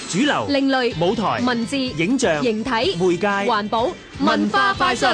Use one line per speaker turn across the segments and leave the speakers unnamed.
主流、
另類、
舞台、
文字、
影像、
形體、
媒介、
環保、文化快訊。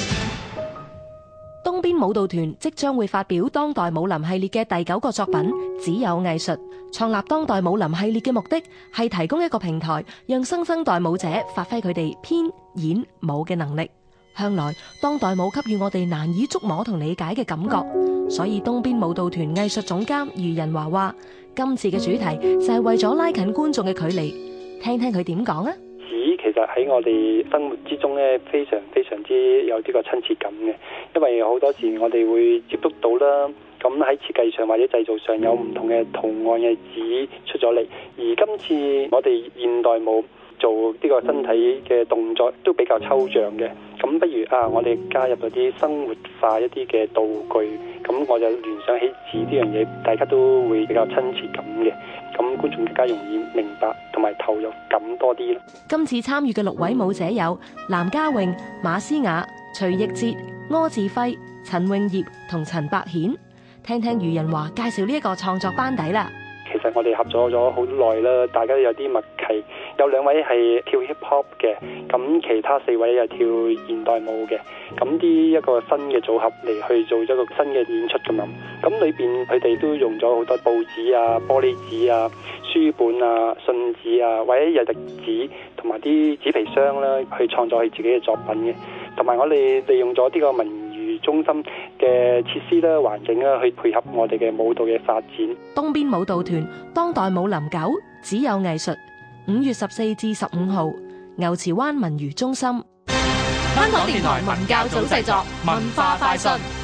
東邊舞蹈團即將會發表當代舞林系列嘅第9個作品《只有藝術》。創立當代舞林系列嘅目的係提供一個平台，讓新生代舞者發揮佢哋編演舞嘅能力。向來當代舞給予我哋難以觸摸同理解嘅感覺，所以東邊舞蹈團藝術總監余仁華話：今次嘅主題就係為咗拉近觀眾嘅距離。聽聽佢點講啊！
其實喺我哋生活之中咧，非常之有呢個親切感嘅，因為好多時我哋會接觸到啦。咁喺設計上或者製造上有唔同嘅圖案嘅紙出咗嚟，而今次我哋現代舞做呢個身體嘅動作都比較抽象嘅，咁不如我哋加入咗啲生活化一啲嘅道具，咁我就聯想起紙呢樣嘢，大家都會比較親切感嘅，咁觀眾更加容易明白同埋投入感多啲啦。
今次參與嘅6位舞者有藍家穎、馬思雅、徐奕哲、柯志輝、陳詠業同陳百顯。聽聽余仁華介紹呢一個創作班底啦。
其實我哋合作咗好耐啦，大家都有啲默契。有2位係跳 hip hop 嘅，咁其他4位又跳現代舞嘅，咁啲一個新嘅組合嚟去做一個新嘅演出咁樣。咁裏邊佢哋都用咗好多報紙啊、玻璃紙啊、書本啊、信紙啊，或者日曆紙同埋啲紙皮箱啦，去創作佢自己嘅作品嘅。同埋我哋利用咗呢個文娛中心嘅設施啦、環境啦，去配合我哋嘅舞蹈嘅發展。
東邊舞蹈團當代舞林9只有藝術，5月14至15號，牛池灣文娛中心。
香港電台文教組製作，文化快訊。